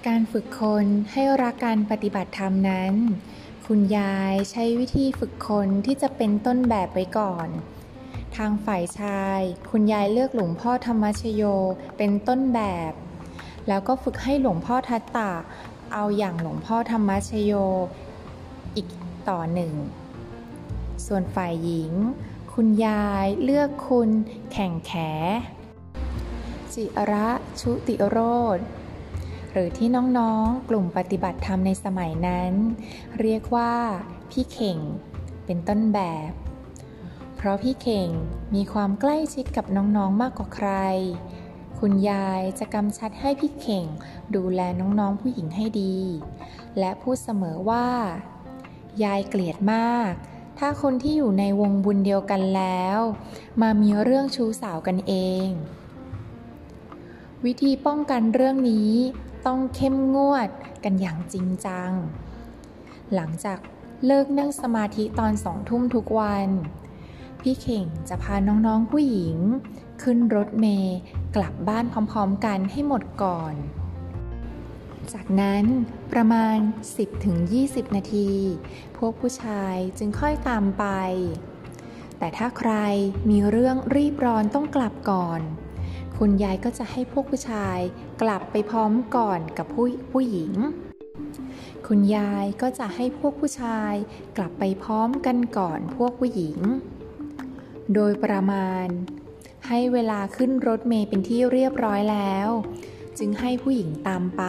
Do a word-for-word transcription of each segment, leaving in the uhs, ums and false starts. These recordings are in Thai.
การฝึกคนให้รักการปฏิบัติธรรมนั้นคุณยายใช้วิธีฝึกคนที่จะเป็นต้นแบบไว้ก่อนทางฝ่ายชายคุณยายเลือกหลวงพ่อธรรมชโยเป็นต้นแบบแล้วก็ฝึกให้หลวงพ่อทัตตะเอาอย่างหลวงพ่อธรรมชโยอีกต่อหนึ่งส่วนฝ่ายหญิงคุณยายเลือกคุณแข่งแขจิระชุติโรธหรือที่น้องๆกลุ่มปฏิบัติธรรมในสมัยนั้นเรียกว่าพี่เข่งเป็นต้นแบบเพราะพี่เข่งมีความใกล้ชิดกับน้องๆมากกว่าใครคุณยายจะกำชัดให้พี่เข่งดูแลน้องๆผู้หญิงให้ดีและพูดเสมอว่ายายเกลียดมากถ้าคนที่อยู่ในวงบุญเดียวกันแล้วมามีเรื่องชู้สาวกันเองวิธีป้องกันเรื่องนี้ต้องเข้มงวดกันอย่างจริงจังหลังจากเลิกนั่งสมาธิตอนสองทุ่มทุกวันพี่เข่งจะพาน้องๆผู้หญิงขึ้นรถเมล์กลับบ้านพร้อมๆกันให้หมดก่อนจากนั้นประมาณ สิบถึงยี่สิบ นาทีพวกผู้ชายจึงค่อยตามไปแต่ถ้าใครมีเรื่องรีบร้อนต้องกลับก่อนคุณยายก็จะให้พวกผู้ชายกลับไปพร้อมก่อนกับผู้ผู้หญิงคุณยายก็จะให้พวกผู้ชายกลับไปพร้อมกันก่อนพวกผู้หญิงโดยประมาณให้เวลาขึ้นรถเมล์เป็นที่เรียบร้อยแล้วจึงให้ผู้หญิงตามไป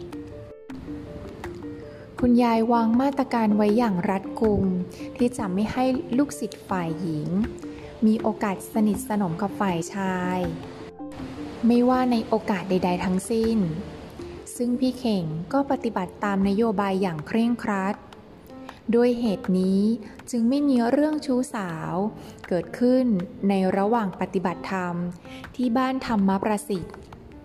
คุณยายวางมาตรการไว้อย่างรัดกุมที่จะไม่ให้ลูกศิษย์ฝ่ายหญิงมีโอกาสสนิทสนมกับฝ่ายชายไม่ว่าในโอกาสใดๆทั้งสิ้นซึ่งพี่เข่งก็ปฏิบัติตามนโยบายอย่างเคร่งครัดด้วยเหตุนี้จึงไม่มีเรื่องชู้สาวเกิดขึ้นในระหว่างปฏิบัติธรรมที่บ้านธรรมประสิทธิ์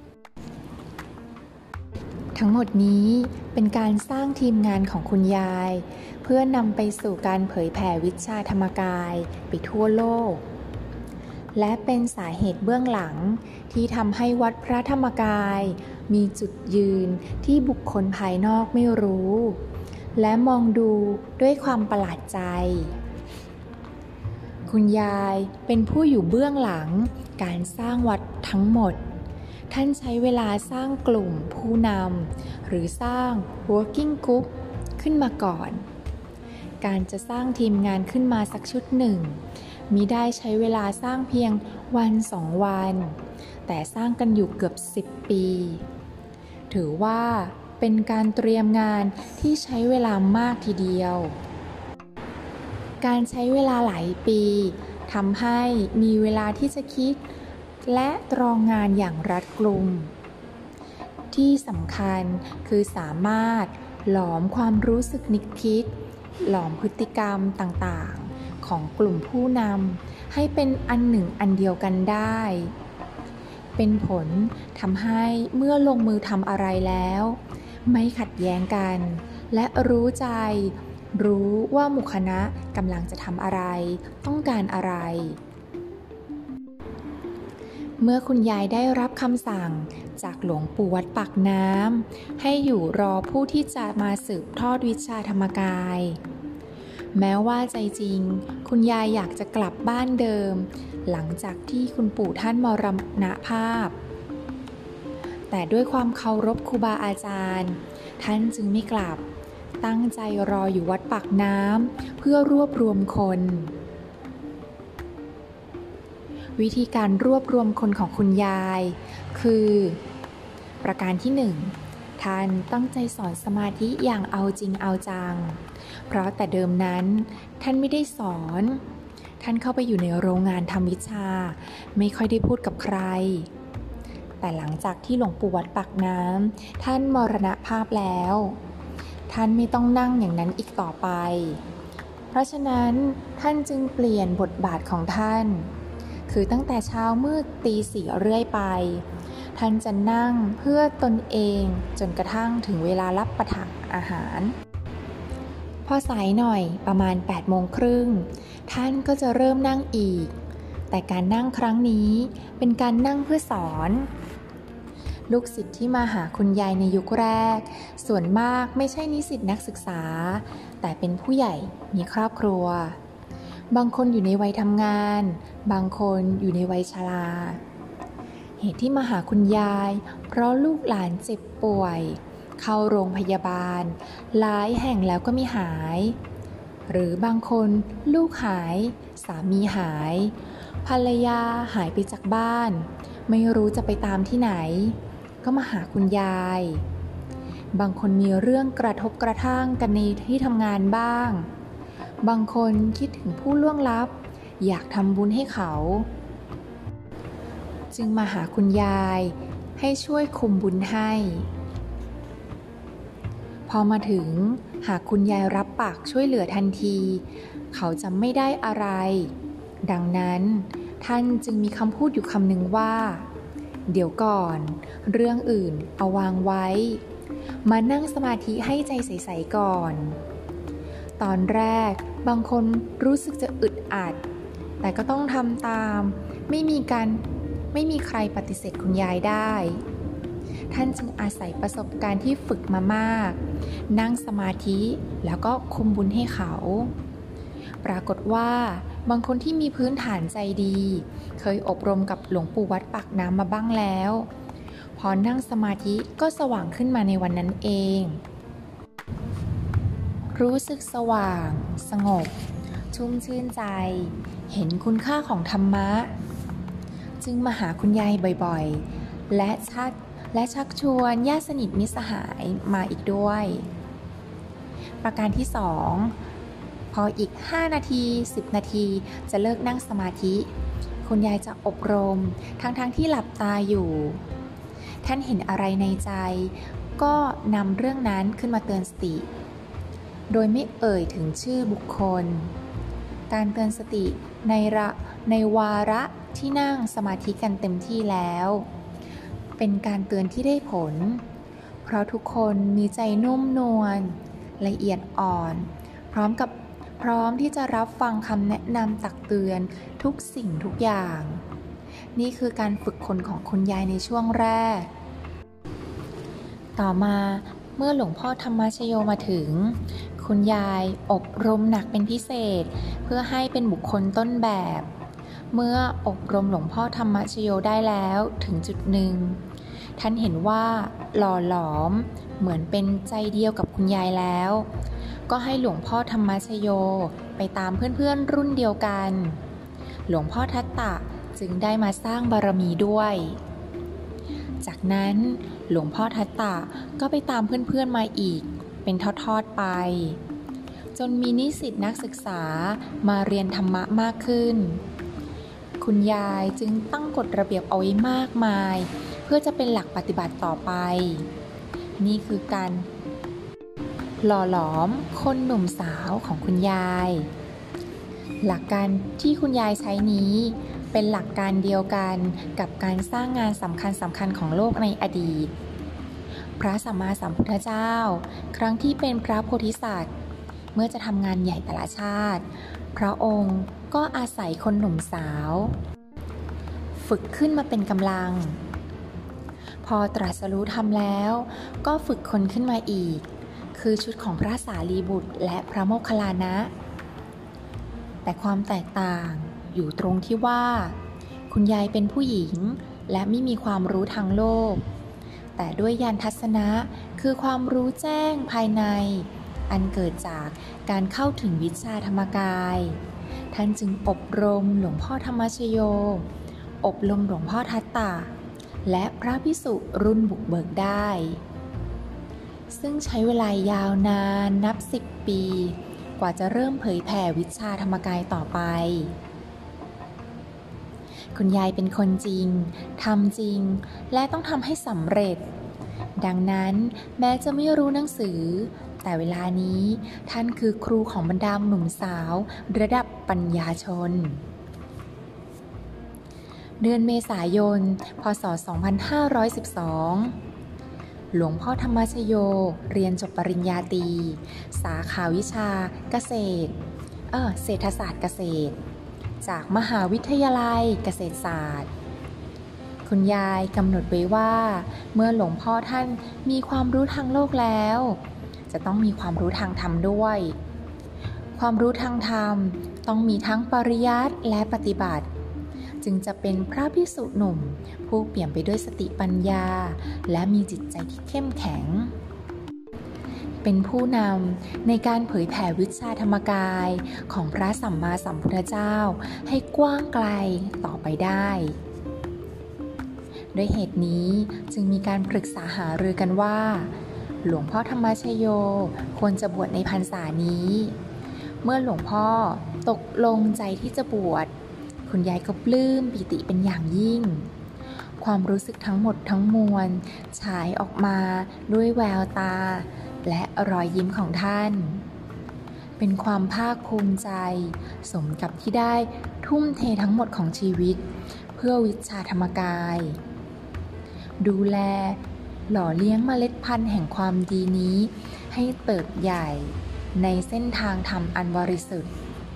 ทั้งหมดนี้เป็นการสร้างทีมงานของคุณยายเพื่อนำไปสู่การเผยแผ่วิชาธรรมกายไปทั่วโลกและเป็นสาเหตุเบื้องหลังที่ทำให้วัดพระธรรมกายมีจุดยืนที่บุคคลภายนอกไม่รู้และมองดูด้วยความประหลาดใจคุณยายเป็นผู้อยู่เบื้องหลังการสร้างวัดทั้งหมดท่านใช้เวลาสร้างกลุ่มผู้นำหรือสร้าง working group ขึ้นมาก่อนการจะสร้างทีมงานขึ้นมาสักชุดหนึ่งมิได้ใช้เวลาสร้างเพียงวันสองวันแต่สร้างกันอยู่เกือบสิบปีถือว่าเป็นการเตรียมงานที่ใช้เวลามากทีเดียวการใช้เวลาหลายปีทำให้มีเวลาที่จะคิดและตรองงานอย่างรัดกุมที่สำคัญคือสามารถหลอมความรู้สึกนึกคิดหลอมพฤติกรรมต่างๆของกลุ่มผู้นำให้เป็นอันหนึ่งอันเดียวกันได้เป็นผลทำให้เมื่อลงมือทำอะไรแล้วไม่ขัดแย้งกันและรู้ใจรู้ว่าหมู่คณะกำลังจะทำอะไรต้องการอะไรเมื่อคุณยายได้รับคำสั่งจากหลวงปู่วัดปากน้ำให้อยู่รอผู้ที่จะมาสืบทอดวิชาธรรมกายแม้ว่าใจจริงคุณยายอยากจะกลับบ้านเดิมหลังจากที่คุณปู่ท่านมรณภาพแต่ด้วยความเคารพครูบาอาจารย์ท่านจึงไม่กลับตั้งใจรออยู่วัดปากน้ำเพื่อรวบรวมคนวิธีการรวบรวมคนของคุณยายคือประการที่หนึ่งท่านตั้งใจสอนสมาธิอย่างเอาจริงเอาจังเพราะแต่เดิมนั้นท่านไม่ได้สอนท่านเข้าไปอยู่ในโรงงานทำวิชาไม่ค่อยได้พูดกับใครแต่หลังจากที่หลวงปู่วัดปากน้ำท่านมรณภาพแล้วท่านไม่ต้องนั่งอย่างนั้นอีกต่อไปเพราะฉะนั้นท่านจึงเปลี่ยนบทบาทของท่านคือตั้งแต่เช้ามืดตีสี่เรื่อยไปท่านจะนั่งเพื่อตนเองจนกระทั่งถึงเวลารับประทานอาหารพอสายหน่อยประมาณแปดโมงครึ่งท่านก็จะเริ่มนั่งอีกแต่การนั่งครั้งนี้เป็นการนั่งเพื่อสอนลูกศิษย์ที่มาหาคุณยายในยุคแรกส่วนมากไม่ใช่นิสิตนักศึกษาแต่เป็นผู้ใหญ่มีครอบครัวบางคนอยู่ในวัยทำงานบางคนอยู่ในวัยชราเหตุที่มาหาคุณยายเพราะลูกหลานเจ็บป่วยเข้าโรงพยาบาลหลายแห่งแล้วก็ไม่หายหรือบางคนลูกหายสามีหายภรรยาหายไปจากบ้านไม่รู้จะไปตามที่ไหนก็มาหาคุณยายบางคนมีเรื่องกระทบกระทั่งกันในที่ทำงานบ้างบางคนคิดถึงผู้ล่วงลับอยากทำบุญให้เขาจึงมาหาคุณยายให้ช่วยคุมบุญให้พอมาถึงหากคุณยายรับปากช่วยเหลือทันทีเขาจะไม่ได้อะไรดังนั้นท่านจึงมีคำพูดอยู่คำหนึ่งว่าเดี๋ยวก่อนเรื่องอื่นเอาวางไว้มานั่งสมาธิให้ใจใสๆก่อนตอนแรกบางคนรู้สึกจะอึดอัดแต่ก็ต้องทำตามไม่มีการไม่มีใครปฏิเสธคุณยายได้ท่านจึงอาศัยประสบการณ์ที่ฝึกมามากนั่งสมาธิแล้วก็คุมบุญให้เขาปรากฏว่าบางคนที่มีพื้นฐานใจดีเคยอบรมกับหลวงปู่วัดปากน้ำมาบ้างแล้วพอนั่งสมาธิก็สว่างขึ้นมาในวันนั้นเองรู้สึกสว่างสงบชุ่มชื่นใจเห็นคุณค่าของธรรมะจึงมาหาคุณยายบ่อยๆและชักและชักชวนญาติสนิทมิตรสหายมาอีกด้วยประการที่สองพออีกห้านาทีสิบนาทีจะเลิกนั่งสมาธิคุณยายจะอบรมทั้งๆ ท, ที่หลับตาอยู่ท่านเห็นอะไรในใจก็นำเรื่องนั้นขึ้นมาเตือนสติโดยไม่เอ่ยถึงชื่อบุคคลการเตือนสติในระในวาระที่นั่งสมาธิกันเต็มที่แล้วเป็นการเตือนที่ได้ผลเพราะทุกคนมีใจนุ่มนวลละเอียดอ่อนพร้อมกับพร้อมที่จะรับฟังคำแนะนำตักเตือนทุกสิ่งทุกอย่างนี่คือการฝึกคนของคุณยายในช่วงแรกต่อมาเมื่อหลวงพ่อธรรมชโยมาถึงคุณยายอบรมหนักเป็นพิเศษเพื่อให้เป็นบุคคลต้นแบบเมื่ออบรมหลวงพ่อธรรมชโยได้แล้วถึงจุดหนึ่งท่านเห็นว่าหล่อหลอมเหมือนเป็นใจเดียวกับคุณยายแล้วก็ให้หลวงพ่อธรรมชโยไปตามเพื่อนๆรุ่นเดียวกันหลวงพ่อทัตตะจึงได้มาสร้างบารมีด้วยจากนั้นหลวงพ่อทัตตะก็ไปตามเพื่อนๆมาอีกเป็นทอดๆไปจนมีนิสิตนักศึกษามาเรียนธรรมะมากขึ้นคุณยายจึงตั้งกฎระเบียบเอาไว้มากมายเพื่อจะเป็นหลักปฏิบัติต่อไปนี่คือการหล่อหลอมคนหนุ่มสาวของคุณยายหลักการที่คุณยายใช้นี้เป็นหลักการเดียวกันกับการสร้างงานสำคัญสำคัญของโลกในอดีตพระสัมมาสัมพุทธเจ้าครั้งที่เป็นพระโพธิสัตว์เมื่อจะทำงานใหญ่แต่ละชาติพระองค์ก็อาศัยคนหนุ่มสาวฝึกขึ้นมาเป็นกำลังพอตรัสรู้ธรรมแล้วก็ฝึกคนขึ้นมาอีกคือชุดของพระสารีบุตรและพระโมคคัลลานะแต่ความแตกต่างอยู่ตรงที่ว่าคุณยายเป็นผู้หญิงและไม่มีความรู้ทางโลกแต่ด้วยญาณทัศนะคือความรู้แจ้งภายในอันเกิดจากการเข้าถึงวิชาธรรมกายท่านจึงอบรมหลวงพ่อธรรมชโยอบรมหลวงพ่อทัตตะและพระภิกษุรุ่นบุกเบิกได้ซึ่งใช้เวลายาวนานนับสิบปีกว่าจะเริ่มเผยแผ่วิชาธรรมกายต่อไปคุณยายเป็นคนจริงทำจริงและต้องทำให้สำเร็จดังนั้นแม้จะไม่รู้หนังสือแต่เวลานี้ท่านคือครูของบรรดาหนุ่มสาวระดับปัญญาชนเดือนเมษายนพ.ศ. สองพันห้าร้อยสิบสองหลวงพ่อธรรมชโยเรียนจบปริญญาตรีสาขาวิชาเกษตรเออเศรษฐศาสตร์เกษตรจากมหาวิทยาลัยเกษตรศาสตร์คุณยายกำหนดไว้ว่าเมื่อหลวงพ่อท่านมีความรู้ทางโลกแล้วจะต้องมีความรู้ทางธรรมด้วยความรู้ทางธรรมต้องมีทั้งปริยัติและปฏิบัติจึงจะเป็นพระภิกษุหนุ่มผู้เปี่ยมไปด้วยสติปัญญาและมีจิตใจที่เข้มแข็งเป็นผู้นำในการเผยแผ่วิชาธรรมกายของพระสัมมาสัมพุทธเจ้าให้กว้างไกลต่อไปได้ด้วยเหตุนี้จึงมีการปรึกษาหารือกันว่าหลวงพ่อธรรมชโยควรจะบวชในพรรษานี้เมื่อหลวงพ่อตกลงใจที่จะบวชคุณยายก็ปลื้มปิติเป็นอย่างยิ่งความรู้สึกทั้งหมดทั้งมวลฉายออกมาด้วยแววตาและรอยยิ้มของท่านเป็นความภาคภูมิใจสมกับที่ได้ทุ่มเททั้งหมดของชีวิตเพื่อวิชาธรรมกายดูแลหล่อเลี้ยงเมล็ดพันธุ์แห่งความดีนี้ให้เติบใหญ่ในเส้นทางธรรมอันบริสุทธิ์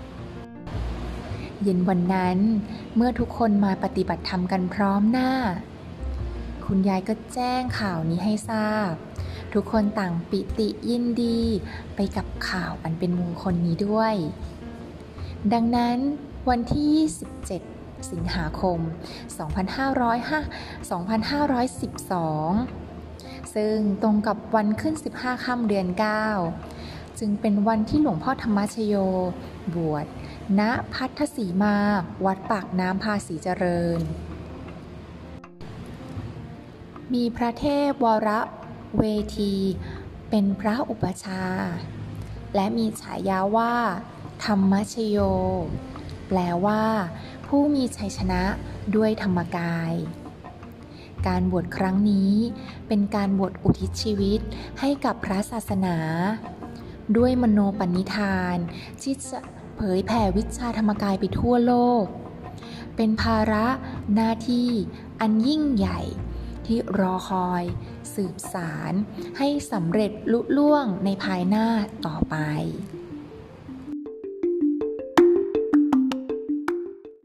เย็นวันนั้นเมื่อทุกคนมาปฏิบัติธรรมกันพร้อมหน้าคุณยายก็แจ้งข่าวนี้ให้ทราบทุกคนต่างปิติยินดีไปกับข่าวอันเป็นมงคลนี้ด้วยดังนั้นวันที่ยี่สิบเจ็ดสิงหาคมสองพันห้าร้อยสิบสองซึ่งตรงกับวันขึ้นสิบห้าค่ำเดือนเก้าจึงเป็นวันที่หลวงพ่อธรรมชโยบวชณพัทธสีมาวัดปากน้ำภาษีเจริญมีพระเทพวรเวทีเป็นพระอุปชาและมีฉายาว่าธรรมชโยแปลว่าผู้มีชัยชนะด้วยธรรมกายการบวชครั้งนี้เป็นการบวชอุทิศชีวิตให้กับพระศาสนาด้วยมโนปณิธานที่จะเผยแผ่วิชาธรรมกายไปทั่วโลกเป็นภาระหน้าที่อันยิ่งใหญ่ที่รอคอยสืบสารให้สำเร็จลุล่วงในภายหน้าต่อไป